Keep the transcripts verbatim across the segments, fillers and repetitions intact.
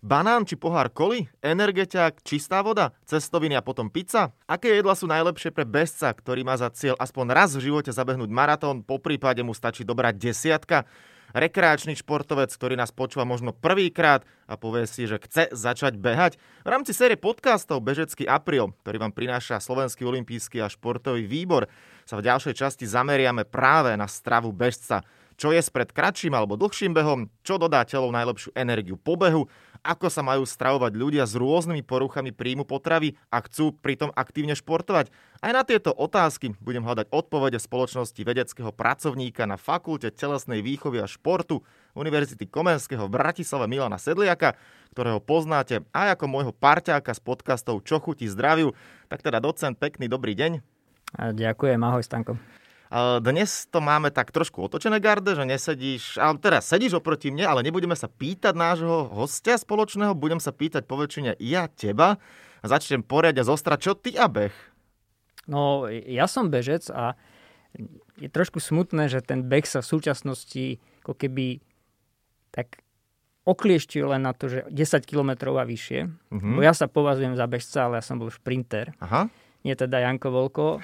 Banán či pohár koli? Energetiak, čistá voda? Cestoviny a potom pizza? Aké jedlá sú najlepšie pre bežca, ktorý má za cieľ aspoň raz v živote zabehnúť maratón, poprípade mu stačí dobrá desiatka? Rekreačný športovec, ktorý nás počúva možno prvýkrát a povie si, že chce začať behať? V rámci série podcastov Bežecký apríl, ktorý vám prináša Slovenský olympijský a športový výbor, sa v ďalšej časti zameriame práve na stravu bežca. Čo je spred kratším alebo dlhším behom, čo dodá telu najlepšiu energiu po behu, ako sa majú stravovať ľudia s rôznymi poruchami príjmu potravy a chcú pritom aktívne športovať. Aj na tieto otázky budem hľadať odpovede v spoločnosti vedeckého pracovníka na Fakulte telesnej výchovy a športu Univerzity Komenského v Bratislave Milana Sedliaka, ktorého poznáte aj ako môjho parťáka z podcastov Čo chutí zdraviu. Tak teda docent, pekný dobrý deň. A ďakujem, ahoj Stanko. Dnes to máme tak trošku otočené garde, že nesedíš, ale teraz sedíš oproti mne, ale nebudeme sa pýtať nášho hostia spoločného, budem sa pýtať poväčšine ja teba a začnem poriadne zostrať, čo ty a beh? No, ja som bežec a je trošku smutné, že ten beh sa v súčasnosti ako keby tak oklieštil len na to, že desať kilometrov a vyššie. Mm-hmm. Bo ja sa považujem za bežca, ale ja som bol šprinter. Aha. Nie teda Janko Volko,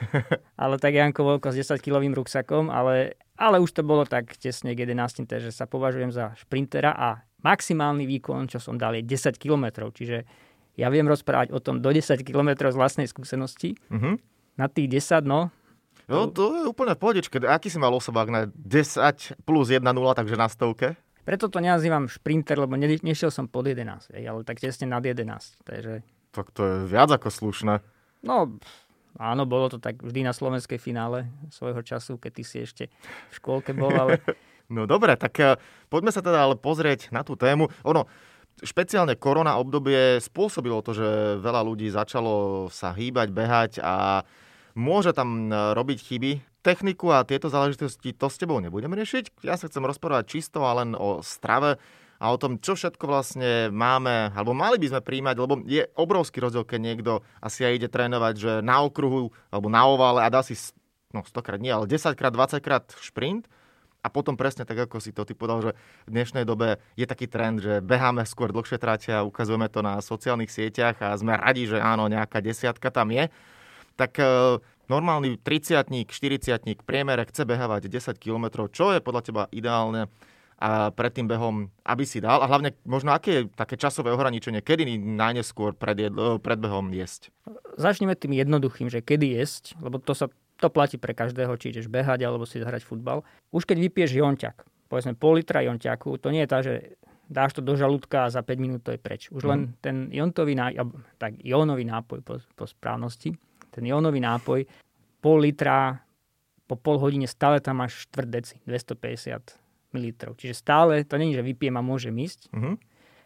ale tak Janko Volko s desaťkilovým ruksakom, ale, ale už to bolo tak tesne k jedenástim, takže sa považujem za šprintera a maximálny výkon, čo som dal, je desať kilometrov. Čiže ja viem rozprávať o tom do desať kilometrov z vlastnej skúsenosti. Uh-huh. Na tých desať, no... No, to je úplne v pohodičke. Aký si mal osobák na desať plus jedna nula, takže na stovke? Preto to nenazývam šprinter, lebo ne, nešiel som pod jedenásť, ale tak tesne nad jedenásť. Takže... Tak to je viac ako slušné. No, áno, bolo to tak vždy na slovenskej finále svojho času, keď ty si ešte v škôlke bol, ale... No dobre, tak uh, poďme sa teda ale pozrieť na tú tému. Ono, špeciálne korona obdobie spôsobilo to, že veľa ľudí začalo sa hýbať, behať a môže tam robiť chyby. Techniku a tieto záležitosti to s tebou nebudem riešiť. Ja sa chcem rozprávať čisto a len o strave a o tom, čo všetko vlastne máme, alebo mali by sme príjmať, lebo je obrovský rozdiel, keď niekto asi aj ide trénovať, že na okruhu, alebo na ovále a dá si, no stokrát nie, ale desaťkrát, dvadsaťkrát šprint a potom presne tak, ako si to ty povedal, že v dnešnej dobe je taký trend, že beháme skôr dlhšie trate a ukazujeme to na sociálnych sieťach a sme radi, že áno, nejaká desiatka tam je. Tak e, normálny tridsiatnik, štyridsiatnik v priemere chce behávať desať kilometrov, čo je podľa teba ideálne a pred tým behom, aby si dal? A hlavne možno aké je také časové ohraničenie, kedy najneskôr pred, jedl, pred behom jesť? Začneme tým jednoduchým, že kedy jesť, lebo to sa to platí pre každého, či ideš behať alebo si zahrať futbal. Už keď vypiješ jonťak, povedzme pol litra jonťaku, to nie je tak, že dáš to do žalúdka a za päť minút to je preč. Už mm. len ten jontový nápoj, tak jónový nápoj po, po správnosti, ten jónový nápoj, pol litra, po pol hodine stále tam máš štvrť deci, dvestopäťdesiat mililitrov. Čiže stále, to nie je, že vypijem a môžem ísť. Uh-huh.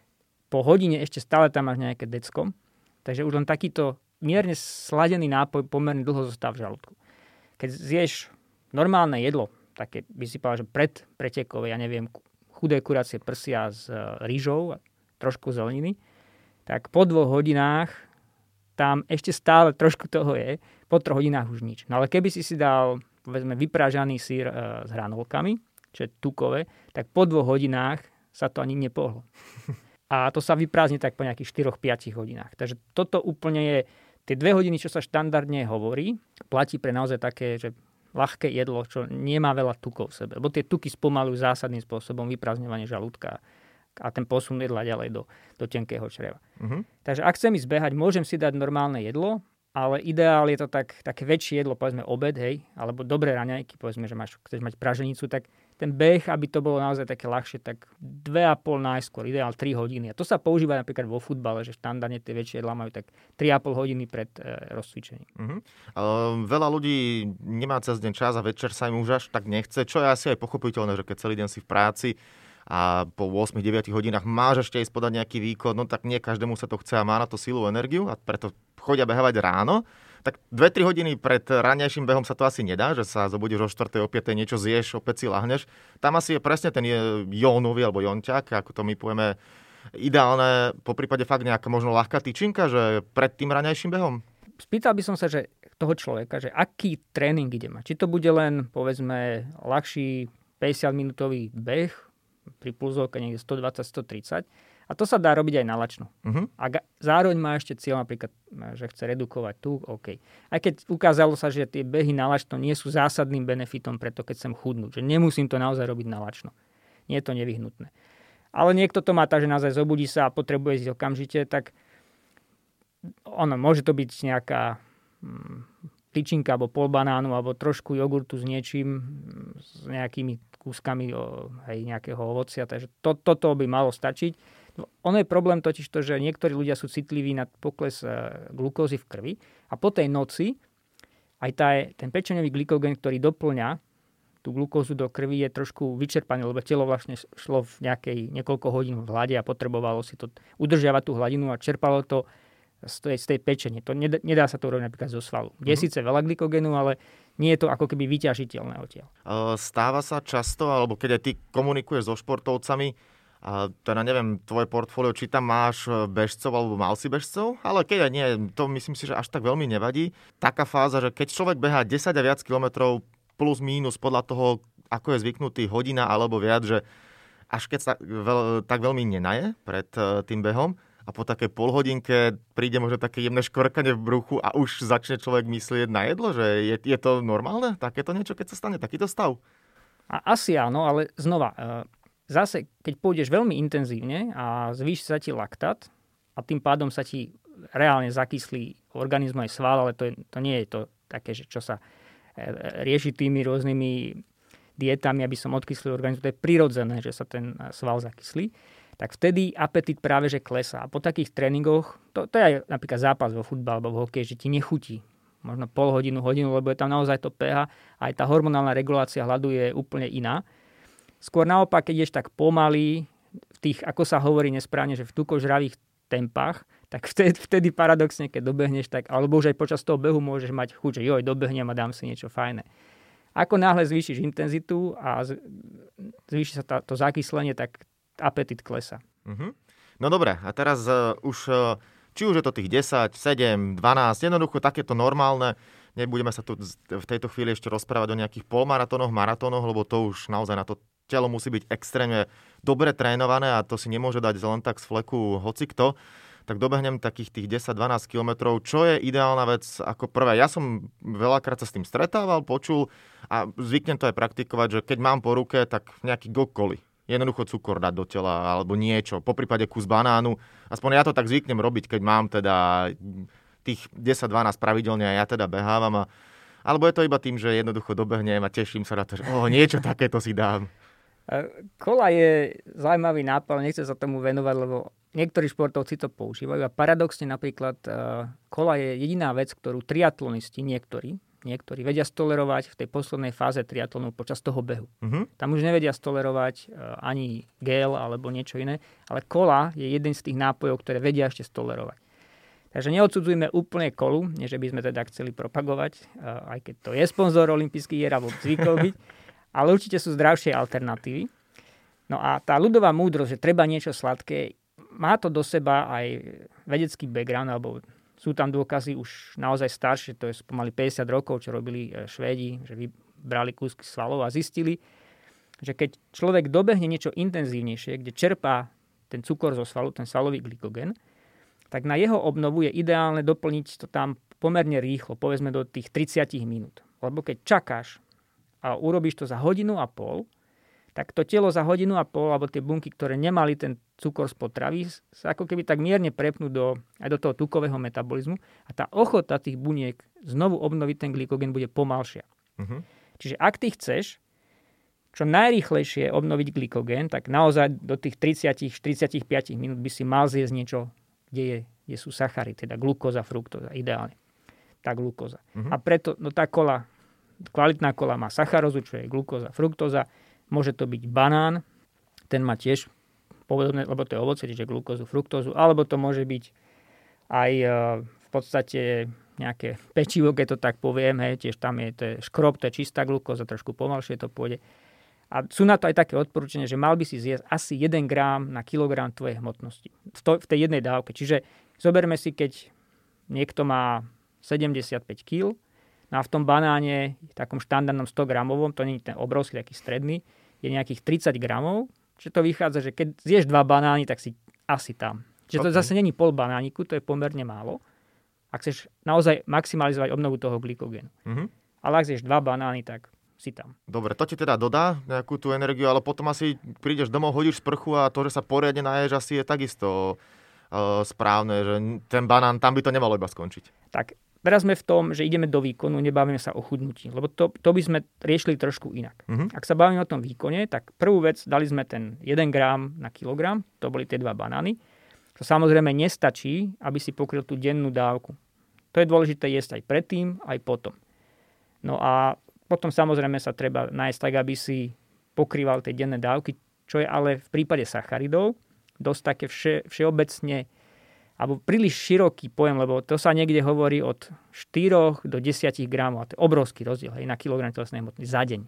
Po hodine ešte stále tam máš nejaké decko. Takže už len takýto mierne sladený nápoj pomerne dlho zostáva v žalúdku. Keď zješ normálne jedlo, také by si povedal, že pred pretekové, ja neviem, chudé kuracie prsia s rýžou a trošku zeleniny, tak po dvoch hodinách tam ešte stále trošku toho je, po troch hodinách už nič. No ale keby si si dal, povedzme, vyprážaný syr e, s hranolkami, čo je tukové, tak po dvoch hodinách sa to ani nepohlo. A to sa vyprázdni tak po nejakých štyri až päť hodinách. Takže toto úplne je, tie dve hodiny, čo sa štandardne hovorí, platí pre naozaj také, že ľahké jedlo, čo nemá veľa tukov v sebe. Lebo tie tuky spomalujú zásadným spôsobom vyprázdňovanie žalúdka a ten posun jedla ďalej do, do tenkého čreva. Uh-huh. Takže ak chcem ísť behať, môžem si dať normálne jedlo, ale ideál je to tak, také väčšie jedlo, povedzme obed, hej, alebo dobré raňajky, povedzme, že máš, chceš mať praženicu, tak ten beh, aby to bolo naozaj také ľahšie, tak dve a pol najskôr, ideál tri hodiny. A to sa používa napríklad vo futbale, že štandardne tie väčšie jedlá majú tak tri a pol hodiny pred e, rozcvičením. Uh-huh. Uh, veľa ľudí nemá cez deň čas a večer sa im už až tak nechce, čo je asi aj pochopiteľné, že keď celý deň si v práci a po osem deväť hodinách máš ešte ísť podať nejaký výkon, no tak nie každému sa to chce a má na to silu, energiu a preto chodia behávať ráno. Tak dve tri hodiny pred ranejším behom sa to asi nedá, že sa zobudíš o štvrtej, o piatej, niečo zješ, opäť si lahneš. Tam asi je presne ten jónový alebo jonťak, ako to my povieme, ideálne, po prípade fakt nejaká možno ľahká tyčinka, že pred tým ranejším behom. Spýtal by som sa, že toho človeka, že aký tréning ide mať. Či to bude len, povedzme, ľahší päťdesiatminútový beh pri pulzovke niekde stodvadsať až stotridsať, A to sa dá robiť aj na lačno. Uh-huh. A ga- zároveň má ešte cieľ napríklad, že chce redukovať tu, OK. Aj keď ukázalo sa, že tie behy na lačno nie sú zásadným benefitom preto, keď chcem chudnúť. Že nemusím to naozaj robiť na lačno. Nie je to nevyhnutné. Ale niekto to má tak, že naozaj zobudí sa a potrebuje ísť okamžite, tak ono, môže to byť nejaká hm, tyčinka alebo pol banánu alebo trošku jogurtu s niečím, s nejakými kúskami o, hej, nejakého ovocia. Takže to, toto by malo stačiť. Ono je problém totiž to, že niektorí ľudia sú citliví na pokles glukózy v krvi a po tej noci aj tá, ten pečeňový glykogén, ktorý doplňa tú glukózu do krvi, je trošku vyčerpaný, lebo telo vlastne šlo v nejakej niekoľko hodín v hlade a potrebovalo si to udržiavať tú hladinu a čerpalo to z tej, z tej pečene. To nedá, nedá sa to robiť napríklad zo svalu. Je mm-hmm. síce veľa glykogénu, ale nie je to ako keby vyťažiteľné odtiaľ. Stáva sa často, alebo keď aj ty komunikuješ so športovcami, a teda neviem, tvoje portfólio, či tam máš bežcov alebo mal si bežcov, ale keď aj nie, to myslím si, že až tak veľmi nevadí. Taká fáza, že keď človek behá desať a viac kilometrov plus mínus podľa toho, ako je zvyknutý hodina alebo viac, že až keď sa veľ, tak veľmi nenaje pred tým behom a po takej polhodinke príde možno také jemné škvrkanie v bruchu a už začne človek myslieť na jedlo, že je, je to normálne? Takéto niečo, keď sa stane, takýto stav? A asi áno, ale znova... Zase, keď pôjdeš veľmi intenzívne a zvýši sa ti laktát a tým pádom sa ti reálne zakyslí organizmu aj sval, ale to, je, to nie je to také, že čo sa rieši tými rôznymi dietami, aby som odkyslil organizmu. To je prirodzené, že sa ten sval zakyslí. Tak vtedy apetit práve že klesá. A po takých tréningoch, to, to je aj napríklad zápas vo futbale alebo v hokeji, že ti nechutí. Možno pol hodinu, hodinu, lebo je tam naozaj to pH a aj tá hormonálna regulácia hladu je úplne iná. Skôr naopak, keď ideš tak pomaly, v tých, ako sa hovorí nesprávne, že v tukožravých tempách, tak vtedy, vtedy paradoxne, keď dobehneš, tak, alebo už aj počas toho behu môžeš mať chuť, že joj, dobehnem a dám si niečo fajné. Ako náhle zvýšiš intenzitu a zvýši sa tá, to zakyslenie, tak apetit klesá. Mm-hmm. No dobre, a teraz uh, už, uh, či už je to tých desať, sedem, dvanásť, jednoducho takéto normálne. Nebudeme sa tu v tejto chvíli ešte rozprávať o nejakých polmaratónoch, maratónoch, lebo to už naozaj na to telo musí byť extrémne dobre trénované a to si nemôže dať len tak z fleku hocikto. Tak dobehnem takých tých desať dvanásť kilometrov. Čo je ideálna vec ako prvé? Ja som veľakrát sa s tým stretával, počul a zvyknem to aj praktikovať, že keď mám po ruke, tak nejaký gokoli. Jednoducho cukor dať do tela alebo niečo. Poprípade kus banánu. Aspoň ja to tak zvyknem robiť, keď mám teda tých desať dvanásť pravidelne a ja teda behávam. A, alebo je to iba tým, že jednoducho dobehnem a teším sa na to, že oh, niečo takéto si dám. Kola je zaujímavý nápad, nechcem sa tomu venovať, lebo niektorí športovci to používajú a paradoxne napríklad kola je jediná vec, ktorú triatlonisti niektorí, niektorí vedia stolerovať v tej poslednej fáze triatlonu počas toho behu. Uh-huh. Tam už nevedia stolerovať ani gel alebo niečo iné, ale kola je jeden z tých nápojov, ktoré vedia ešte stolerovať. Takže neodsudzujme úplne kolu, nie že by sme teda chceli propagovať, aj keď to je sponzor olympijských hier alebo zvykol byť, ale určite sú zdravšie alternatívy. No a tá ľudová múdrosť, že treba niečo sladké, má to do seba aj vedecký background, alebo sú tam dôkazy už naozaj staršie, to je pomaly päťdesiat rokov, čo robili Švédi, že vybrali kúsky svalov a zistili, že keď človek dobehne niečo intenzívnejšie, kde čerpá ten cukor zo svalu, ten svalový glykogén, tak na jeho obnovu je ideálne doplniť to tam pomerne rýchlo, povedzme do tých tridsať minút. Lebo keď čakáš a urobíš to za hodinu a pol, tak to telo za hodinu a pol, alebo tie bunky, ktoré nemali ten cukor z potravy, sa ako keby tak mierne prepnú do, aj do toho tukového metabolizmu a tá ochota tých buniek znovu obnoviť ten glykogén bude pomalšia. Uh-huh. Čiže ak ty chceš čo najrýchlejšie obnoviť glykogén, tak naozaj do tých tridsať až tridsaťpäť minút by si mal zjesť niečo, kde, je, kde sú sachary, teda glukóza, fruktóza, ideálne. Tá glukóza. Uh-huh. A preto no tá kola, kvalitná kola má sacharózu, čo je glukóza, fruktóza. Môže to byť banán, ten má tiež povedomné, lebo to je ovocie, čiže glukózu, fruktózu, alebo to môže byť aj e, v podstate nejaké pečivo, keď to tak poviem, hej, tiež tam je, to je škrob, to je čistá glukóza, trošku pomalšie to pôjde. A sú na to aj také odporúčania, že mal by si zjesť asi jeden grám na kilogram tvojej hmotnosti v, to, v tej jednej dávke. Čiže zoberme si, keď niekto má sedemdesiatpäť kíl, no a v tom banáne, v takom štandardnom sto gramovom, to nie je ten obrovský, taký stredný, je nejakých tridsať gramov, čiže to vychádza, že keď zješ dva banány, tak si asi tam. Čiže to okay. zase není pol banániku, to je pomerne málo. Ak chceš naozaj maximalizovať obnovu toho glykogénu. Mm-hmm. Ale ak chceš dva banány, tak si tam. Dobre, to ti teda dodá nejakú tú energiu, ale potom asi prídeš domov, hodíš sprchu a to, že sa poriadne naješ, asi je takisto uh, správne, že ten banán, tam by to nemalo iba skončiť. Tak, teraz sme v tom, že ideme do výkonu, nebavíme sa o chudnutí, lebo to, to by sme riešili trošku inak. Mm-hmm. Ak sa bavíme o tom výkone, tak prvú vec, dali sme ten jeden grám na kilogram, to boli tie dva banány. To samozrejme nestačí, aby si pokryl tú dennú dávku. To je dôležité jesť aj predtým, aj potom. No a potom samozrejme sa treba nájsť tak, aby si pokrýval tie denné dávky, čo je ale v prípade sacharidov dosť také vše, všeobecne, alebo príliš široký pojem, lebo to sa niekde hovorí od štyri do desať gramov. A to je obrovský rozdiel, hej, na kilogram telesnej hmoty za deň.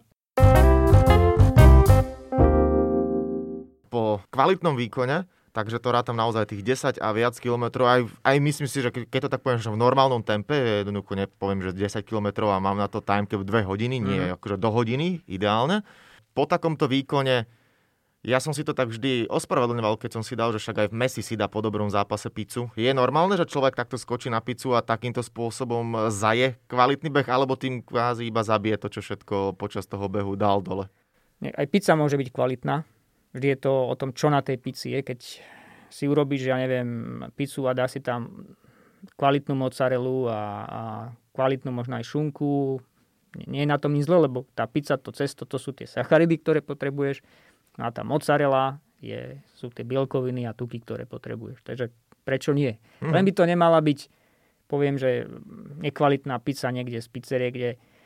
Po kvalitnom výkone, takže to rátam naozaj tých desať a viac kilometrov. Aj, aj myslím si, že keď to tak poviem, že v normálnom tempe, jednoducho nepoviem, že desať kilometrov a mám na to timecap dve hodiny, nie mm. akože do hodiny, ideálne. Po takomto výkone, ja som si to tak vždy ospravedlňoval, keď som si dal, že však aj v Messi si dá po dobrom zápase pizzu. Je normálne, že človek takto skočí na pizzu a takýmto spôsobom zaje kvalitný beh, alebo tým kvázi iba zabije to, čo všetko počas toho behu dal dole? Aj pizza môže byť kvalitná. Vždy je to o tom, čo na tej pizzi je. Keď si urobíš, ja neviem, pizzu a dá si tam kvalitnú mozzarellu a, a kvalitnú možno aj šunku, nie je na tom nič zle, lebo tá pizza, to cesto, to sú tie sacharidy, ktoré potrebuješ. No a tá mozzarella je, sú tie bielkoviny a tuky, ktoré potrebuješ. Takže prečo nie? Mm. Len by to nemala byť, poviem, že nekvalitná pizza niekde z pizzerie, kde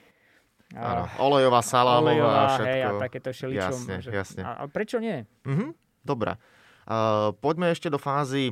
Áno, olejová, salámová, olejová, všetko. Hej, a takéto všeličom. Jasne, že, jasne. A, a prečo nie? Mhm, dobrá. Uh, poďme ešte do fázy,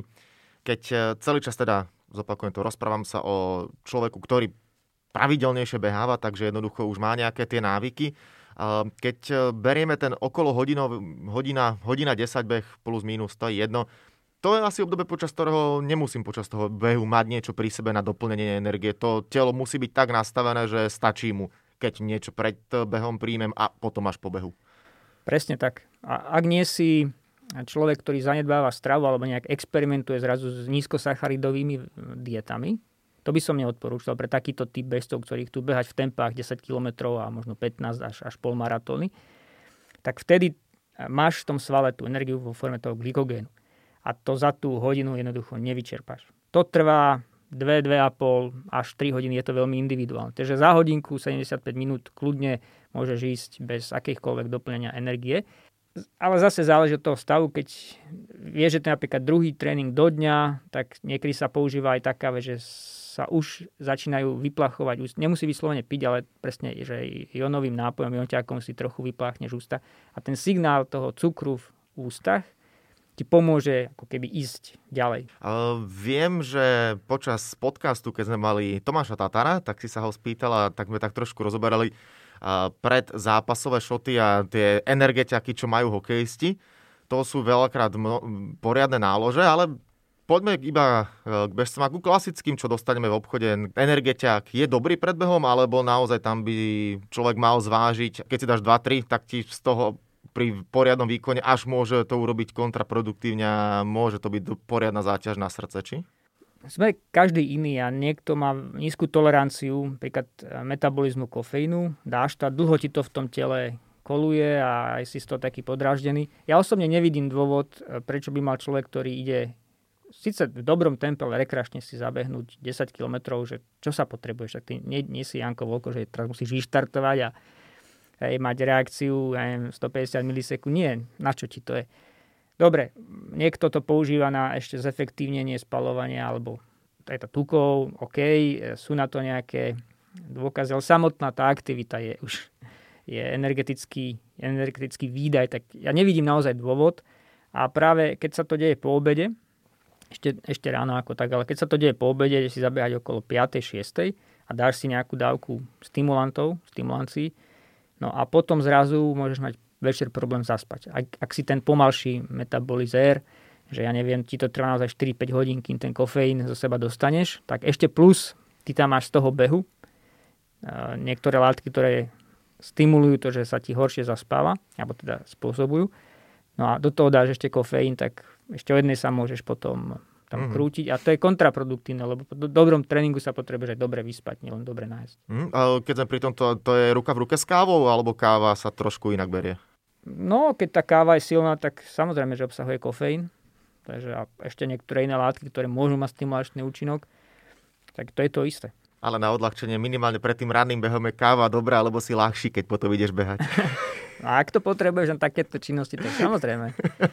keď celý čas teda, zopakujem to, rozprávam sa o človeku, ktorý pravidelnejšie beháva, takže jednoducho už má nejaké tie návyky. Uh, keď berieme ten okolo hodinov, hodina, hodina desať beh plus minus, to je jedno. To je asi obdobie, počas ktorého nemusím počas toho behu mať niečo pri sebe na doplnenie energie. To telo musí byť tak nastavené, že stačí mu, keď niečo pred behom príjmem a potom až po behu. Presne tak. A ak nie si človek, ktorý zanedbáva stravu alebo nejak experimentuje zrazu s nízkosacharidovými dietami, to by som neodporúčal pre takýto typ bežcov, ktorí chcú behať v tempách desať kilometrov a možno pätnásť až, až polmaratóny, tak vtedy máš v tom svale tú energiu vo forme toho glykogénu. A to za tú hodinu jednoducho nevyčerpáš. To trvá dve, dve a pol až tri hodiny, je to veľmi individuálne. Takže za hodinku, sedemdesiatpäť minút kľudne môžeš ísť bez akýchkoľvek doplnenia energie. Ale zase záleží od toho stavu, keď vieš, že to je napríklad druhý tréning do dňa, tak niekedy sa používa aj taká vec, že sa už začínajú vyplachovať. Už nemusí vyslovene piť, ale presne, že jónovým nápojom, jonťákom si trochu vypláchneš ústa. A ten signál toho cukru v ústach ti pomôže ako keby ísť ďalej. Uh, viem, že počas podcastu, keď sme mali Tomáša Tatara, tak si sa ho spýtala, tak sme tak trošku rozoberali uh, pred zápasové šoty a tie energetiaky, čo majú hokejisti. To sú veľakrát mno, poriadne nálože, ale poďme iba k bežcom a ku klasickým, čo dostaneme v obchode. Energetiak je dobrý pred behom, alebo naozaj tam by človek mal zvážiť, keď si dáš dva tri, tak ti z toho pri poriadnom výkone až môže to urobiť kontraproduktívne a môže to byť poriadna záťaž na srdce, či? Sme každý iný a niekto má nízku toleranciu, napríklad metabolizmu kofeínu, dáš to a dlho ti to v tom tele koluje a aj si z toho taký podráždený. Ja osobne nevidím dôvod, prečo by mal človek, ktorý ide síce v dobrom tempe, ale rekreačne si zabehnúť desať kilometrov, že čo sa potrebuješ, tak ty nie, nie si Janko Volko, že teraz musíš vyštartovať a hej, mať reakciu, ja neviem, stopäťdesiat milisekúnd. Nie, na čo ti to je? Dobre, niekto to používa na ešte zefektívnenie spalovania, alebo aj to tukov, OK, sú na to nejaké dôkazy, ale samotná tá aktivita je už je energetický, energetický výdaj, tak ja nevidím naozaj dôvod a práve keď sa to deje po obede, ešte, ešte ráno ako tak, ale keď sa to deje po obede, že si zabehať okolo päť šesť a dáš si nejakú dávku stimulantov, stimulancií, no a potom zrazu môžeš mať večer problém zaspať. Ak, ak si ten pomalší metabolizér, že ja neviem, ti to trvá naozaj štyri päť hodín, kým ten kofeín zo seba dostaneš, tak ešte plus ty tam máš z toho behu niektoré látky, ktoré stimulujú to, že sa ti horšie zaspáva, alebo teda spôsobujú, No a do toho dáš ešte kofeín, tak ešte o jednej sa môžeš potom tam mm-hmm. krútiť. A to je kontraproduktívne, lebo po dobrom tréningu sa potrebuješ aj dobre vyspať, nielen dobre nájsť. Mm, a keď sme pri tom, to, to je ruka v ruke s kávou, alebo káva sa trošku inak berie? No, keď tá káva je silná, tak samozrejme, že obsahuje kofeín. Takže a ešte niektoré iné látky, ktoré môžu mať stimulačný účinok, tak to je to isté. Ale na odľahčenie minimálne pred tým ranným behom je káva dobrá, lebo si ľahší, keď potom ideš behať. A ak to potrebuješ na takéto činnosti, tak samozrejme.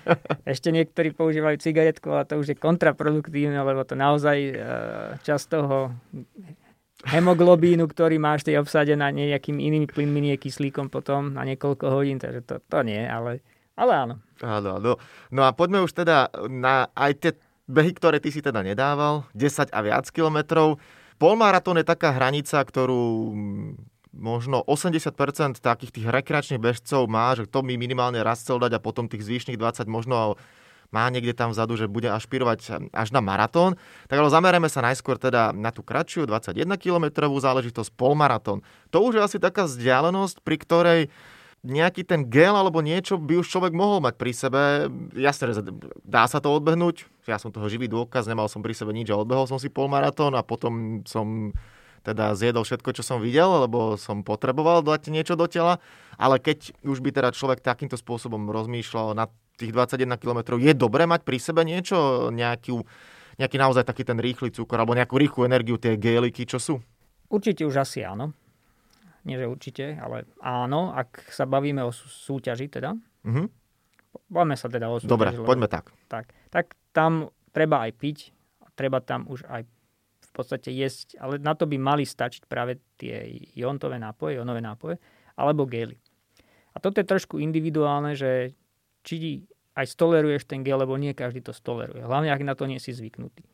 Ešte niektorí používajú cigaretku, ale to už je kontraproduktívne, lebo to naozaj e, časť toho hemoglobínu, ktorý máš, je obsadená nejakým inými plynmi, nie kyslíkom potom na niekoľko hodín, takže to, to nie, ale, ale áno. Áno, no. No a poďme už teda na aj tie behy, ktoré ty si teda nedával, desať a viac kilometrov. Polmaratón je taká hranica, ktorú možno osemdesiat percent takých tých rekreačných bežcov má, že to mi minimálne raz chcel dať a potom tých zvyšných dvadsať možno má niekde tam vzadu, že bude ašpirovať až na maratón. Tak ale zamerieme sa najskôr teda na tú kratšiu dvadsaťjeden kilometrovú záležitosť polmaratón. To už je asi taká vzdialenosť, pri ktorej nejaký ten gel alebo niečo by už človek mohol mať pri sebe. Jasne, že dá sa to odbehnúť. Ja som toho živý dôkaz, nemal som pri sebe nič a odbehol som si polmaratón a potom som teda zjedol všetko, čo som videl, lebo som potreboval dať niečo do tela. Ale keď už by teda človek takýmto spôsobom rozmýšľal na tých dvadsaťjeden kilometrov, je dobré mať pri sebe niečo, nejaký, nejaký naozaj taký ten rýchly cukor alebo nejakú rýchlu energiu, tie géliky, čo sú? Určite už asi áno. Nie, že určite, ale áno, ak sa bavíme o súťaži teda. Mm-hmm. Bavíme sa teda o súťaži. Dobre, poďme tak. tak. Tak tam treba aj piť, treba tam už aj v podstate jesť, ale na to by mali stačiť práve tie iontové nápoje, ionové nápoje, alebo gély. A toto je trošku individuálne, že či aj stoleruješ ten gel, lebo nie každý to stoleruje. Hlavne, ak na to nie si zvyknutý.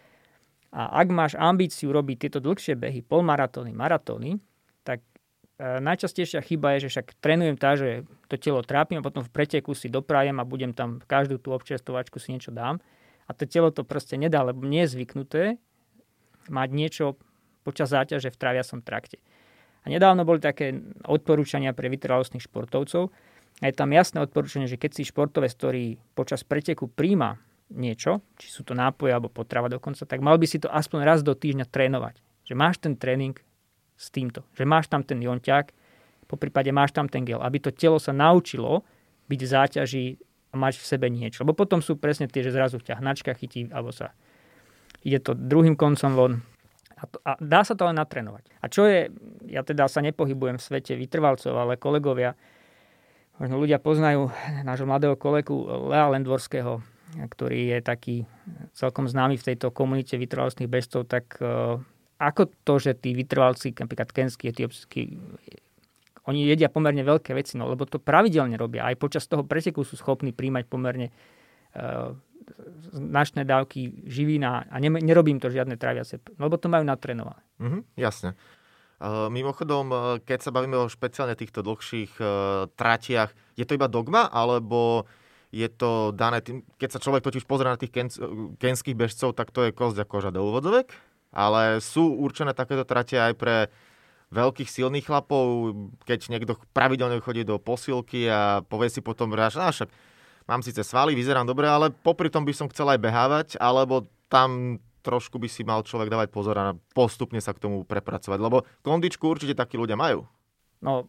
A ak máš ambíciu robiť tieto dlhšie behy, polmaratóny, maratóny, tak e, najčastejšia chyba je, že však trénujem tak, že to telo trápim a potom v preteku si doprajem a budem tam každú tú občerstvovačku si niečo dám. A to telo to proste nedá, lebo nie je zvyknuté mať niečo počas záťaže v tráviacom trakte. A nedávno boli také odporúčania pre vytrvalostných športovcov. A je tam jasné odporúčanie, že keď si športovec, ktorý počas preteku príjma niečo, či sú to nápoje alebo potrava dokonca, tak mal by si to aspoň raz do týždňa trénovať. Že máš ten tréning s týmto. Že máš tam ten jonťák, poprípade máš tam ten gel, aby to telo sa naučilo byť v záťaži a mať v sebe niečo. Lebo potom sú presne tie, že zrazu ťa hnačka chytí, alebo sa ide to druhým koncom von. A, to, a dá sa to len natrénovať. A čo je, ja teda sa nepohybujem v svete vytrvalcov, ale kolegovia, možno ľudia poznajú nášho mladého kolegu Lea Lendvorského, ktorý je taký celkom známy v tejto komunite vytrvalostných bežcov, tak uh, ako to, že tí vytrvalci, napríklad kenskí, etiópsky, oni jedia pomerne veľké veci, no lebo to pravidelne robia. Aj počas toho preteku sú schopní príjmať pomerne uh, značné dávky živín a ne, nerobím to žiadne tráviace, lebo to majú natrénované. Mhm, jasne. Uh, mimochodom, uh, keď sa bavíme o špeciálne týchto dlhších uh, tratiach, je to iba dogma, alebo je to dané tým, keď sa človek totiž pozrie na tých ken, kenských bežcov, tak to je kosť a koža do úvodzovek, ale sú určené takéto trate aj pre veľkých silných chlapov, keď niekto pravidelne chodí do posilky a povie si potom, že však mám síce svaly, vyzerám dobre, ale popri tom by som chcel aj behávať, alebo tam trošku by si mal človek dávať pozor a postupne sa k tomu prepracovať, lebo kondičku určite takí ľudia majú. No,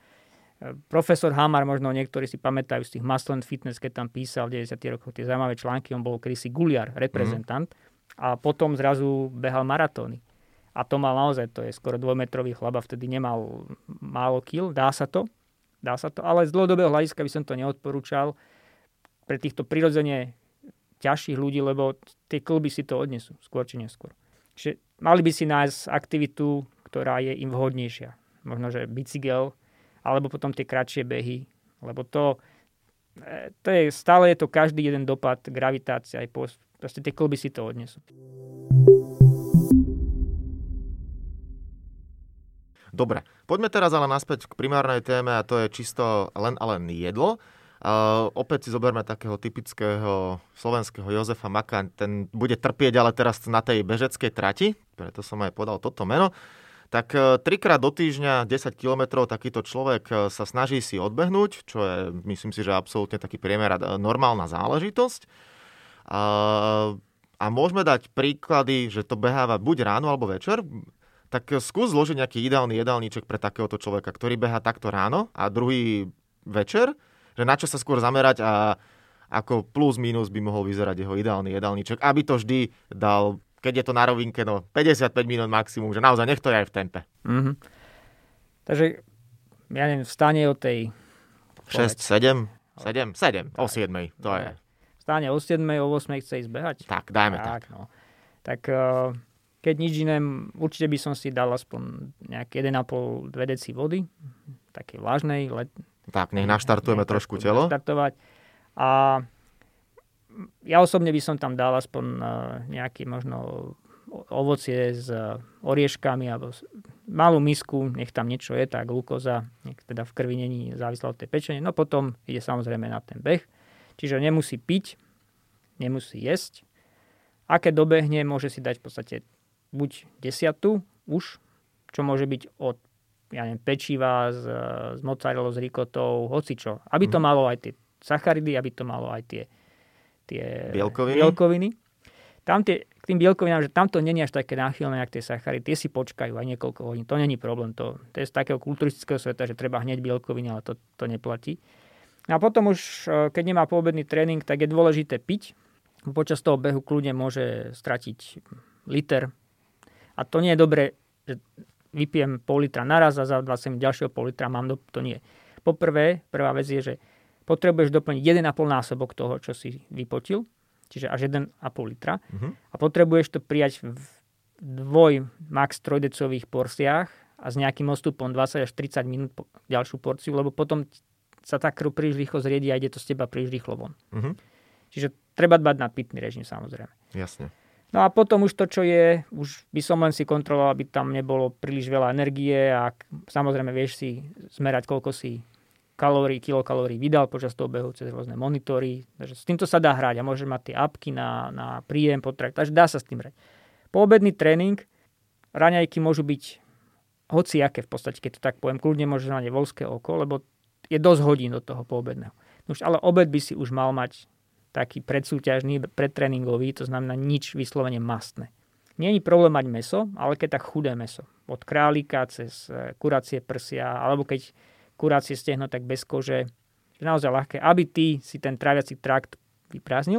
profesor Hamar, možno niektorí si pamätajú z tých Muscle and Fitness, keď tam písal v deväťdesiatych rokoch tie zaujímavé články, on bol kedysi guliar, reprezentant, mm. a potom zrazu behal maratóny. A to mal naozaj, to je skoro dvojmetrový chlap a vtedy nemal málo kil, dá sa to, dá sa to, ale z dlhodobého hľadiska by som to neodporúčal pre týchto prirodzene ťažších ľudí, lebo tie klby si to odnesú, skôr či neskôr. Čiže mali by si nájsť aktivitu, ktorá je im vhodnejšia. Možno, že bicykel, alebo potom tie kratšie behy, lebo to, to je, stále je to každý jeden dopad, gravitácia, aj po, proste tie klby si to odnesú. Dobre, poďme teraz ale naspäť k primárnej téme a to je čisto len a len jedlo. Uh, opäť si zoberme takého typického slovenského Jozefa Maka, ten bude trpieť ale teraz na tej bežeckej trati, preto som aj podal toto meno. tak trikrát do týždňa desať kilometrov takýto človek sa snaží si odbehnúť, čo je, myslím si, že absolútne taký priemer a normálna záležitosť. A, a môžeme dať príklady, že to beháva buď ráno alebo večer. Tak skús zložiť nejaký ideálny jedálniček pre takéhoto človeka, ktorý behá takto ráno a druhý večer, že na čo sa skôr zamerať a ako plus minus by mohol vyzerať jeho ideálny jedálniček, aby to vždy dal, keď je to na rovinke, no päťdesiatpäť minút maximum, že naozaj nech to je aj v tempe. Mm-hmm. Takže, ja neviem, vstane o tej... šesť, sedem, sedem, sedem, o siedmej, to je. Vstane o siedmej, o ôsmej chce ísť behať? Tak, dajme tak. Tak, no. tak uh, keď nič iné, určite by som si dal aspoň nejaké jeden a pol až dva deci vody, také vlažnej. Let... Tak, nech naštartujeme nech trošku telo. Naštartovať. A ja osobne by som tam dal aspoň nejaké možno ovocie s orieškami alebo malú misku, nech tam niečo je, tá glukóza, nech teda v krvi není závislá od tej pečene. No potom ide samozrejme na ten beh. Čiže nemusí piť, nemusí jesť. A keď dobehne, môže si dať v podstate buď desiatu už, čo môže byť od ja neviem, pečiva s, s mozzarellou, s ricotou, hocičo. Aby to malo aj tie sacharidy, aby to malo aj tie, tie bielkoviny. bielkoviny. Tam tie, k tým bielkovinám, že tamto nie je až také náchylné, jak tie sacharidy. Tie si počkajú aj niekoľko hodín. To není problém. To, to je z takého kulturistického sveta, že treba hneď bielkoviny, ale to, to neplatí. A potom už, keď nemá poobedný tréning, tak je dôležité piť. Počas toho behu kľudne môže stratiť liter. A to nie je dobré, že vypijem pol litra naraz a za dvadsať minút ďalšieho pol litra mám do... To nie. Poprvé, prvá vec je, že potrebuješ doplniť jeden a pol násobok toho, čo si vypotil, čiže až jeden a pol litra. Uh-huh. A potrebuješ to prijať v dvoj, max trojdecových porciách a s nejakým odstupom dvadsať až tridsať minút ďalšiu porciu, lebo potom sa tá krv príliš rýchlo zriedi a ide to z teba príliš rýchlo von. Uh-huh. Čiže treba dbať na pitný režim, samozrejme. Jasne. No a potom už to, čo je, už by som len si kontroloval, aby tam nebolo príliš veľa energie a samozrejme vieš si zmerať, koľko si kalórií, kilokalórií vydal počas toho behu cez rôzne monitory. Takže s týmto sa dá hrať a môžeš mať tie apky na, na príjem, potrať. Takže dá sa s tým hrať. Poobedný tréning, raňajky môžu byť hociaké v podstate, keď to tak poviem. Kľudne môžeš mať voľské oko, lebo je dosť hodín do toho poobedného. Už, ale obed by si už mal mať taký predsúťažný, predtréningový, to znamená nič vyslovene mastné. Nie je problém mať mäso, ale keď tak chudé mäso. Od králika cez kuracie prsia, alebo keď kurácie stehno, tak bez kože. Je naozaj ľahké, aby ty si ten tráviaci trakt vyprázdnil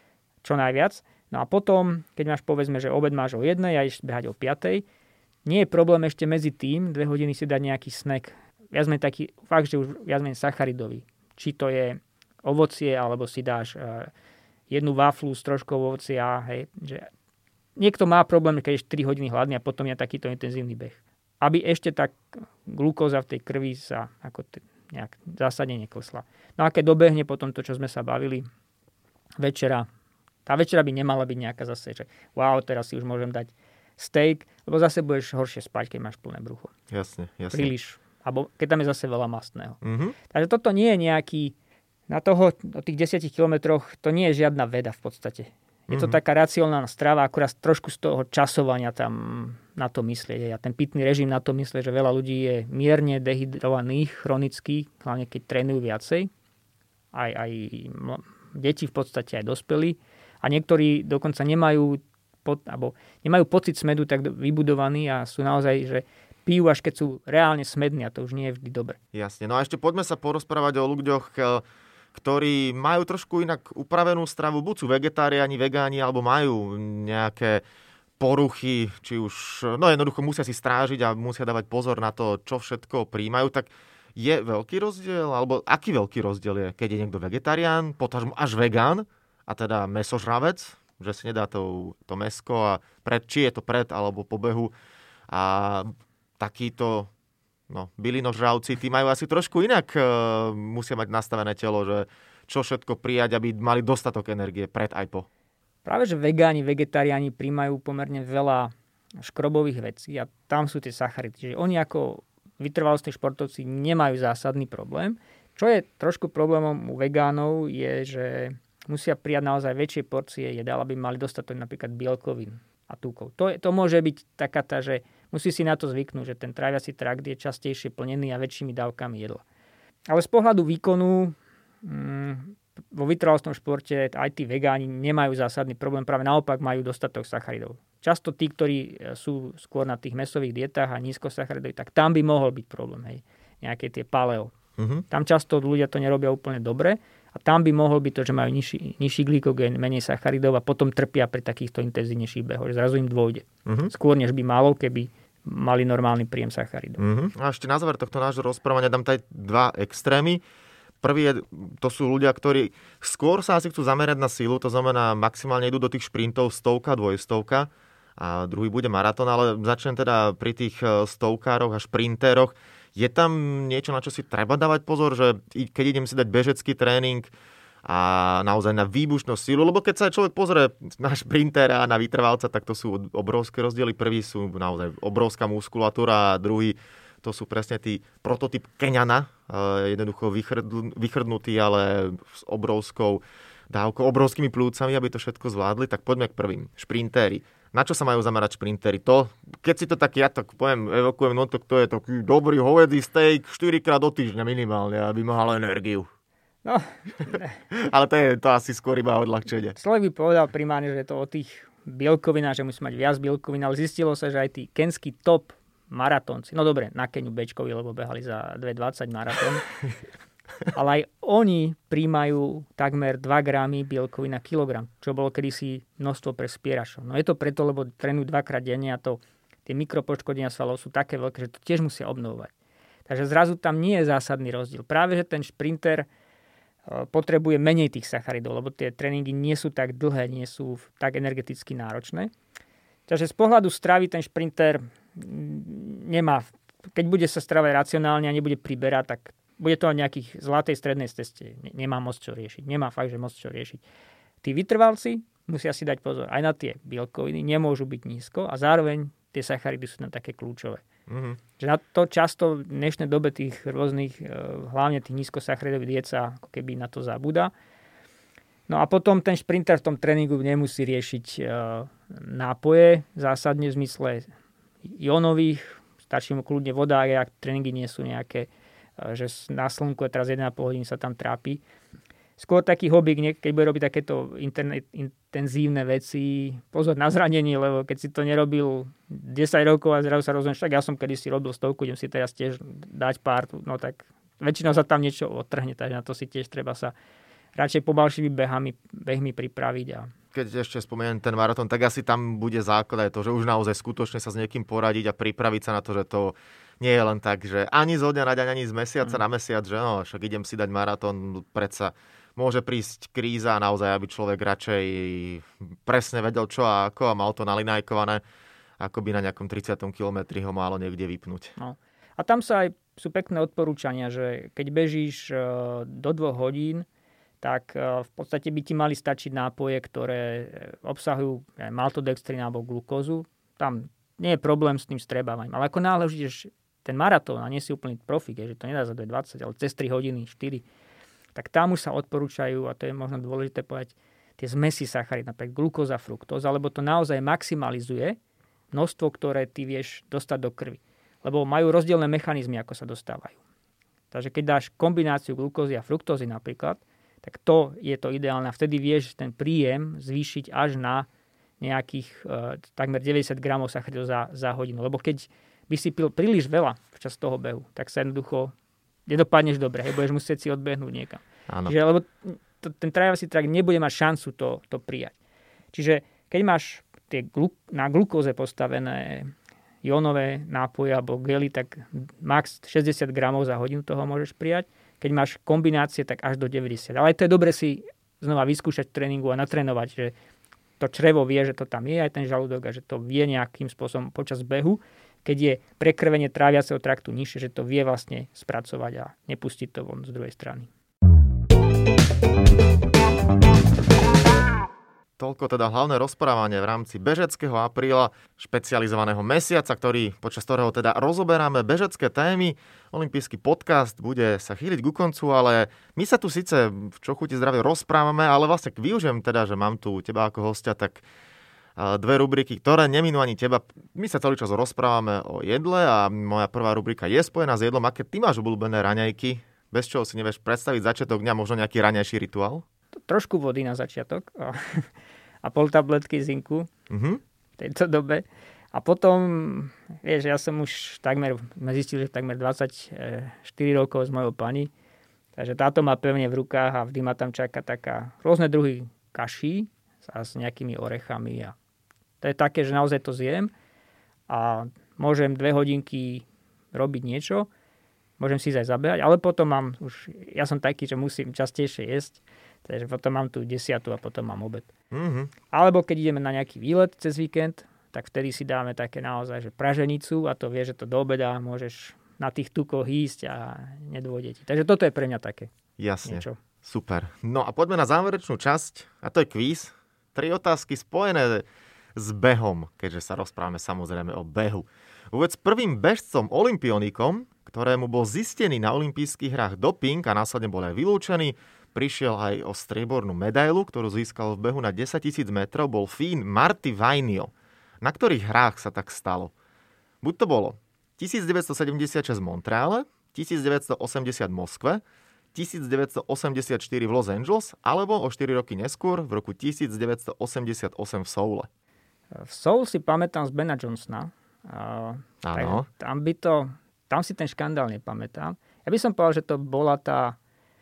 čo najviac. No a potom, keď máš povedzme, že obed máš o jednej a ideš behať o piatej, nie je problém ešte medzi tým dve hodiny si dať nejaký snack. Viac menej taký, fakt, že už viac menej sacharidový. Či to je ovocie, alebo si dáš uh, jednu waflu s troškou ovocia. Hej, že niekto má problém, keď je štyri hodiny hladný a potom je takýto intenzívny beh. Aby ešte tak glukóza v tej krvi sa ako t- nejak zásadne neklesla. No a keď dobehne potom to, čo sme sa bavili, večera, tá večera by nemala byť nejaká zase, že wow, teraz si už môžem dať steak, lebo zase budeš horšie spať, keď máš plné brucho. Jasne, jasne. Príliš. Alebo keď tam je zase veľa mastného. Mm-hmm. Takže toto nie je nejaký, na toho, o tých desiatich kilometroch, to nie je žiadna veda v podstate. Je to mm-hmm. taká racionálna strava, akurát trošku z toho časovania tam na to myslieť. A ten pitný režim na to myslí, že veľa ľudí je mierne dehydrovaných, chronických, hlavne keď trénujú viacej. Aj, aj deti v podstate, aj dospelí. A niektorí dokonca nemajú, pod, alebo nemajú pocit smedu tak vybudovaný a sú naozaj, že pijú až keď sú reálne smední a to už nie je vždy dobre. Jasne. No a ešte poďme sa porozprávať o ľuďoch, ktorí majú trošku inak upravenú stravu, buď sú vegetáriáni, vegáni, alebo majú nejaké poruchy, či už, no jednoducho musia si strážiť a musia dávať pozor na to, čo všetko príjmajú, tak je veľký rozdiel, alebo aký veľký rozdiel je, keď je niekto vegetarián, potažmo až vegán, a teda mäsožravec, že si nedá to, to mäsko a pred, či je to pred alebo po behu a takýto no, bylinožravci, tí majú asi trošku inak, e, musia mať nastavené telo, že čo všetko prijať, aby mali dostatok energie pred aj po. Práve, že vegáni, vegetariáni príjmajú pomerne veľa škrobových vecí a tam sú tie sacharidy. Čiže oni ako vytrvalostní športovci nemajú zásadný problém. Čo je trošku problémom u vegánov je, že musia prijať naozaj väčšie porcie jedál, aby mali dostatok napríklad bielkovín a tukov. To, je, to môže byť taká tá, že Musí si na to zvyknúť, že ten tráviaci trakt je častejšie plnený a väčšími dávkami jedla. Ale z pohľadu výkonu mm, vo vytrvalostnom športe aj tí vegáni nemajú zásadný problém, práve naopak majú dostatok sacharidov. Často tí, ktorí sú skôr na tých mäsových dietách a nízkosacharidových, tak tam by mohol byť problém, hej. Nejaké tie paleo. Uh-huh. Tam často ľudia to nerobia úplne dobre a tam by mohol byť to, že majú nižší, nižší glykogén, menej sacharidov a potom trpia pri takýchto intenzívnejších behoch, že zrazu im dôjde. Uh-huh. Skôr, než by malo, keby mali normálny príjem sacharidov. Uh-huh. A ešte na záver tohto nášho rozprávania dám tady dva extrémy. Prvý je, to sú ľudia, ktorí skôr sa asi chcú zamerať na silu, to znamená maximálne idú do tých šprintov stovka, dvojstovka a druhý bude maratón, ale začnem teda pri tých stovkároch a šprintéroch. Je tam niečo, na čo si treba dávať pozor, že keď idem si dať bežecký tréning a naozaj na výbušnú silu, lebo keď sa človek pozrie na šprintéra a na vytrvalca, tak to sú obrovské rozdiely. Prvý sú naozaj obrovská muskulatúra a druhý to sú presne tí prototyp Keňana, jednoducho vychrdnutý, ale s obrovskou dávkou, obrovskými plúcami, aby to všetko zvládli. Tak poďme k prvým. Šprintéri. Na čo sa majú zamerať šprintéri? To, keď si to tak ja tak poviem, evokujem, no to, to je taký dobrý hovädzí steak štyrikrát do týždňa minimálne, aby mal energiu. No. Ale to je to asi skôr iba odľahčenie. Človek by povedal primárne, že je to o tých bielkovinách, že musí mať viac bielkovín, ale zistilo sa, že aj tí kenskí top maratónci, no dobre, na Keniu Bčkovi, lebo behali za dva dvadsať maratón, ale aj oni príjmajú takmer dva gramy bielkovín na kilogram, čo bolo kedysi množstvo pre spieračov. No je to preto, lebo trénujú dvakrát denne a to, tie mikropoškodenia svalov sú také veľké, že to tiež musia obnovovať. Takže zrazu tam nie je zásadný rozdiel. Práve, že ten šprinter potrebuje menej tých sacharidov, lebo tie tréningy nie sú tak dlhé, nie sú tak energeticky náročné. Takže z pohľadu stravy ten šprinter nemá, keď bude sa stravať racionálne a nebude priberať, tak bude to o nejakých zlatej strednej ceste. Nemá moc čo riešiť. Nemá fakt, že moc čo riešiť. Tí vytrvalci musia si dať pozor aj na tie bielkoviny, nemôžu byť nízko a zároveň tie sacharidy sú tam také kľúčové. Mm-hmm. Že na to často v dnešnej dobe tých rôznych, hlavne tých nízkosacharidových diet sa ako keby na to zabúda. No a potom ten šprinter v tom tréningu nemusí riešiť e, nápoje zásadne v zmysle jónových, stačí mu kľudne voda, ak tréningy nie sú nejaké, e, že na slnku je teraz jeden a pol hodiny sa tam trápi. Skôr taký hobík, keď bude robiť takéto internet, intenzívne veci, pozor na zranenie, lebo keď si to nerobil desať rokov a zrazu sa rozhodneš, tak ja som kedysi robil stovku, idem si teraz tiež dať pár, no tak väčšinou sa tam niečo odtrhne, takže na to si tiež treba sa radšej pomalšími behami, behmi pripraviť. A... Keď ešte spomeniem ten maratón, tak asi tam bude základ aj to, že už naozaj skutočne sa s niekým poradiť a pripraviť sa na to, že to nie je len tak, že ani zo dňa na deň, ani z mesiaca mm. na mesiac, že no, však idem si dať maratón, predsa môže prísť kríza a naozaj, aby človek radšej presne vedel, čo a ako a mal to nalinajkované, ako by na nejakom tridsiatom kilometri ho malo niekde vypnúť. No. A tam sa aj sú pekné odporúčania, že keď bežíš do dvoch hodín, tak v podstate by ti mali stačiť nápoje, ktoré obsahujú maltodextrín alebo glukózu. Tam nie je problém s tým strebávaním. Ale ako náhle už ideš ten maratón a nie si úplný profik, že to nedá za dva dvadsať, ale cez tri hodiny, štyri, tak tam už sa odporúčajú, a to je možno dôležité povedať, tie zmesi sacharid, napríklad glukóza, fruktóza, lebo to naozaj maximalizuje množstvo, ktoré ty vieš dostať do krvi. Lebo majú rozdielne mechanizmy, ako sa dostávajú. Takže keď dáš kombináciu glukózy a fruktózy napríklad, tak to je to ideálne. A vtedy vieš ten príjem zvýšiť až na nejakých e, takmer deväťdesiat gramov sacharidov za, za hodinu. Lebo keď by si pil príliš veľa včas toho behu, tak sa jednoducho nedopadneš dobre. Hej, budeš musieť si odbehnúť niekam. Čiže, lebo to, ten tráviaci trakt nebude mať šancu to, to prijať. Čiže keď máš tie glu, na glukóze postavené jónové nápoje alebo gely, tak max šesťdesiat gramov za hodinu toho môžeš prijať. Keď máš kombinácie, tak až do deväťdesiat. Ale to je dobre si znova vyskúšať v tréningu a natrénovať, že to črevo vie, že to tam je, aj ten žalúdok, a že to vie nejakým spôsobom počas behu, keď je prekrvenie tráviaceho traktu nižšie, že to vie vlastne spracovať a nepustiť to von z druhej strany. Toľko teda hlavné rozprávanie v rámci bežeckého apríla, špecializovaného mesiaca, ktorý, počas ktorého teda rozoberáme bežecké témy. Olympijský podcast bude sa chýliť ku koncu, ale my sa tu síce v Čo chutí zdravie rozprávame, ale vlastne využijem teda, že mám tu teba ako hostia, tak dve rubriky, ktoré neminú ani teba. My sa celý čas rozprávame o jedle a moja prvá rubrika je spojená s jedlom. Aké ty máš obľúbené raňajky? Bez čoho si nevieš predstaviť začiatok dňa, možno nejaký raňajší rituál? Trošku vody na začiatok a, a pol tabletky zinku uh-huh. v tejto dobe. A potom, vieš, ja som už takmer, sme zistili, že takmer dvadsaťštyri rokov s mojou pani. Takže táto má pevne v rukách a vždy ma tam čaká taká rôzne druhy kaší a s nejakými orechami a to je také, že naozaj to zjem a môžem dve hodinky robiť niečo, môžem si ísť aj zabehať, ale potom mám už, ja som taký, že musím častejšie jesť, takže potom mám tu desiatu a potom mám obed. Mm-hmm. Alebo keď ideme na nejaký výlet cez víkend, tak vtedy si dáme také naozaj, že praženicu a to vie, že to do obeda môžeš na tých tukoch ísť a nedôjde ti. Takže toto je pre mňa také. Jasne, niečo. Super. No a poďme na záverečnú časť a to je kvíz. Tri otázky spojené s behom, keďže sa rozprávame samozrejme o behu. Uvedz prvým bežcom olympionikom, ktorému bol zistený na olympijských hrách doping a následne bol aj vylúčený, prišiel aj o striebornú medailu, ktorú získal v behu na desaťtisíc metrov, bol Fín Marty Vainio. Na ktorých hrách sa tak stalo? Buď to bolo devätnásťstosedemdesiatšesť v Montreale, devätnásťstoosemdesiat v Moskve, devätnásťstoosemdesiatštyri v Los Angeles alebo o štyri roky neskôr v roku devätnásťstoosemdesiatosem v Soule. V Soul si pamätám z Bena Johnsona. Áno. Tam by to, tam si ten škandál nepamätám. Ja by som povedal, že to bola tá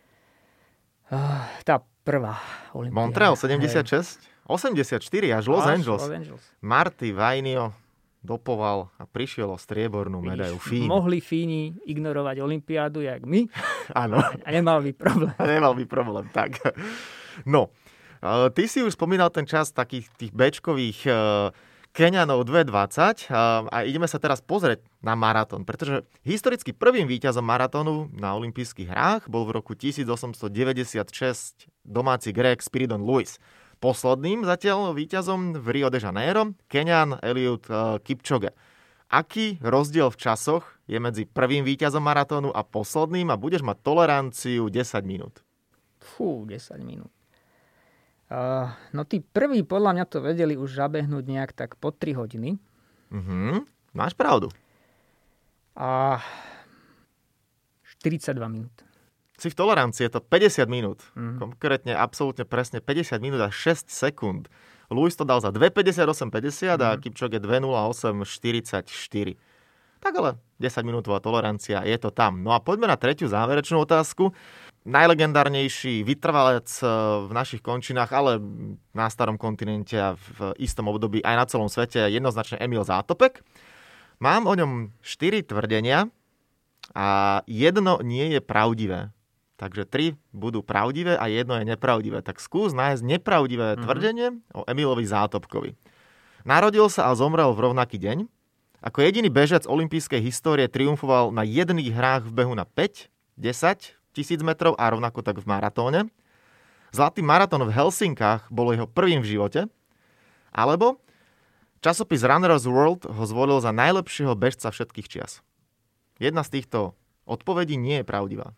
tá prvá olympiáda. Montreal sedemdesiatšesť, osemdesiatštyri až Los Angeles. Los Angeles. Marty Vainio dopoval a prišiel o striebornú medailu. Fín. Mohli Fíni ignorovať olympiádu, jak my. Áno. A nemal by problém. A nemal by problém, tak. No, ty si už spomínal ten čas takých tých béčkových Keňanov dva dvadsať a ideme sa teraz pozrieť na maratón, pretože historicky prvým víťazom maratónu na olympijských hrách bol v roku tisícosemstodeväťdesiatšesť domáci Grék Spiridon Lewis. Posledným zatiaľ víťazom v Rio de Janeiro Keňan Eliud Kipchoge. Aký rozdiel v časoch je medzi prvým víťazom maratónu a posledným a budeš mať toleranciu desať minút? Fú, desať minút. Uh, no tí prví podľa mňa to vedeli už zabehnúť nejak tak po tri hodiny. Mhm, máš pravdu. A štyridsaťdva minút. Si v tolerancii, je to päťdesiat minút. Mm. Konkrétne, absolútne presne päťdesiat minút a šesť sekúnd. Lewis to dal za dva päťdesiatosem päťdesiat mm. a Kipchoge dva nula osem štyridsaťštyri. Tak ale desaťminútová tolerancia, je to tam. No a poďme na tretiu záverečnú otázku. Najlegendárnejší vytrvalec v našich končinách, ale na starom kontinente a v istom období aj na celom svete, jednoznačne Emil Zátopek. Mám o ňom štyri tvrdenia a jedno nie je pravdivé. Takže tri budú pravdivé a jedno je nepravdivé. Tak skús nájsť nepravdivé mm-hmm. tvrdenie o Emilovi Zátopkovi. Narodil sa a zomrel v rovnaký deň. Ako jediný bežec olympijskej histórie triumfoval na jedných hrách v behu na päť, desať tisíc metrov a rovnako tak v maratóne. Zlatý maratón v Helsinkách bolo jeho prvým v živote. Alebo časopis Runner's World ho zvolil za najlepšieho bežca všetkých čias. Jedna z týchto odpovedí nie je pravdivá.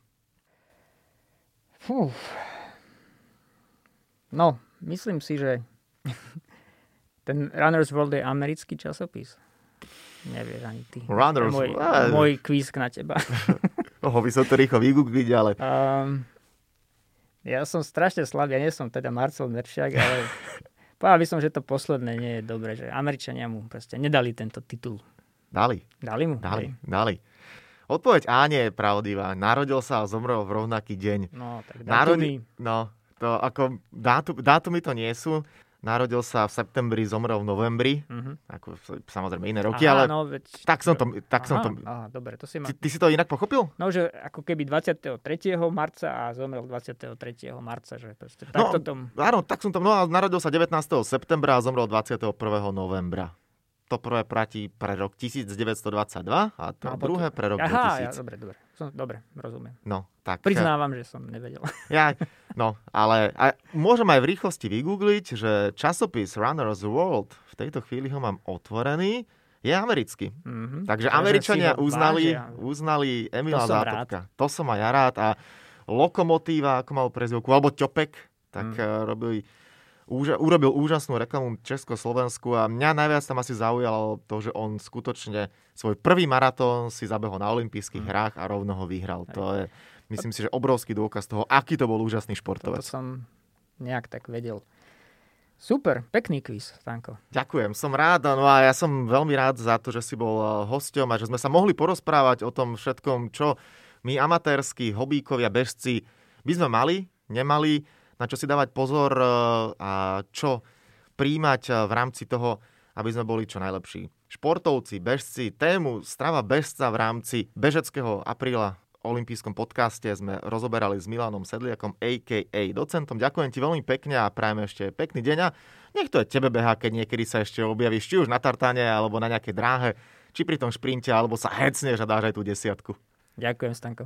Fú. No, myslím si, že ten Runner's World je americký časopis. Nevieš ani ty. Runners, môj, môj kvíz na teba. Mohol by som to rýchlo vygoogliť, ale... Um, ja som strašne slabý, ja nie som teda Marcel Meršiak, ale povedal by som, že to posledné nie je dobre, že Američania mu proste nedali tento titul. Dali. Dali mu? Dali, dali. Odpoveď A nie je pravdivá. Narodil sa a zomrel v rovnaký deň. No, tak dátumy. Narodi... No, to ako dátum, dátumy to nie sú. Narodil sa v septembri, zomrel v novembri. Uh-huh. Ako, samozrejme iné roky, aha, ale no, veď... tak som to... Tak aha, som to... Aha, dobre, to si ma... Ty, ty si to inak pochopil? No, že ako keby dvadsiateho tretieho marca a zomrel dvadsiateho tretieho marca, že proste no, takto tom... Áno, tak som to... No a narodil sa devätnásteho septembra a zomrel dvadsiateho prvého novembra. To prvé platí pre rok devätnásťstodvadsaťdva a to no, druhé pre rok aha, dvetisíc. Ja, dobre, dobre. Som, dobre, rozumiem. No, tak. Priznávam, že som nevedel. Ja, no, ale a môžem aj v rýchlosti vygoogliť, že časopis Runner's World, v tejto chvíli ho mám otvorený, je americký. Mm-hmm. Takže Američania uznali, uznali Emila Zátopka. To som aj ja rád. A Lokomotíva, ako mal prezivku, alebo Ťopek, tak mm. robili Úža, urobil úžasnú reklamu Československu a mňa najviac tam asi zaujalo to, že on skutočne svoj prvý maratón si zabehol na olympijských hrách a rovno ho vyhral. Aj. To je, myslím si, že obrovský dôkaz toho, aký to bol úžasný športovec. To som nejak tak vedel. Super, pekný kvíz, Stanko. Ďakujem, som rád. No a ja som veľmi rád za to, že si bol hosťom a že sme sa mohli porozprávať o tom všetkom, čo my amatérski, hobíkovia, bežci by sme mali, nemali, na čo si dávať pozor a čo príjmať v rámci toho, aby sme boli čo najlepší. Športovci, bežci, tému strava bežca v rámci bežeckého apríla v olympijskom podcaste sme rozoberali s Milanom Sedliakom, á ká á docentom. Ďakujem ti veľmi pekne a prajem ešte pekný deň a nech to je tebe behá, keď niekedy sa ešte objavíš, či už na tartáne, alebo na nejakej dráhe, či pri tom šprinte, alebo sa hecneš a dáš aj tú desiatku. Ďakujem, Stanko.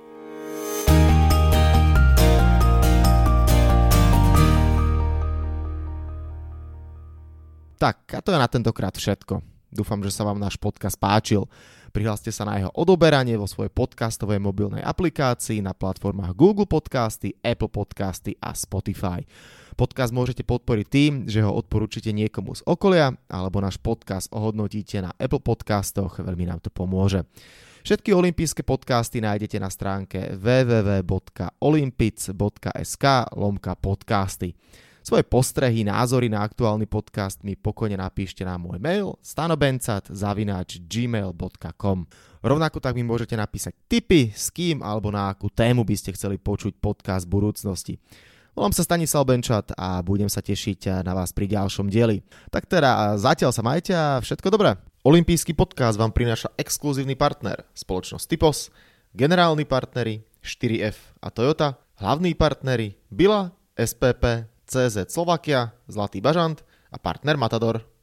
Tak, a to je na tentokrát všetko. Dúfam, že sa vám náš podcast páčil. Prihláste sa na jeho odoberanie vo svojej podcastovej mobilnej aplikácii na platformách Google Podcasty, Apple Podcasty a Spotify. Podcast môžete podporiť tým, že ho odporúčite niekomu z okolia, alebo náš podcast ohodnotíte na Apple Podcastoch, veľmi nám to pomôže. Všetky olympijské podcasty nájdete na stránke w w w bodka olympic bodka es ka lomka podcasty. Svoje postrehy, názory na aktuálny podcast mi pokojne napíšte na môj mail stanobencat zavináč gmail bodka com. Rovnako tak mi môžete napísať tipy, s kým alebo na akú tému by ste chceli počuť podcast v budúcnosti. Volám sa Stanislav Benčat a budem sa tešiť na vás pri ďalšom dieli. Tak teda zatiaľ sa majte a všetko dobré. Olympijský podcast vám prináša exkluzívny partner, spoločnosť Typos, generálni partneri štyri ef a Toyota, hlavní partneri Bila, es pé pé, cé zet Slovakia, Zlatý bažant a partner Matador.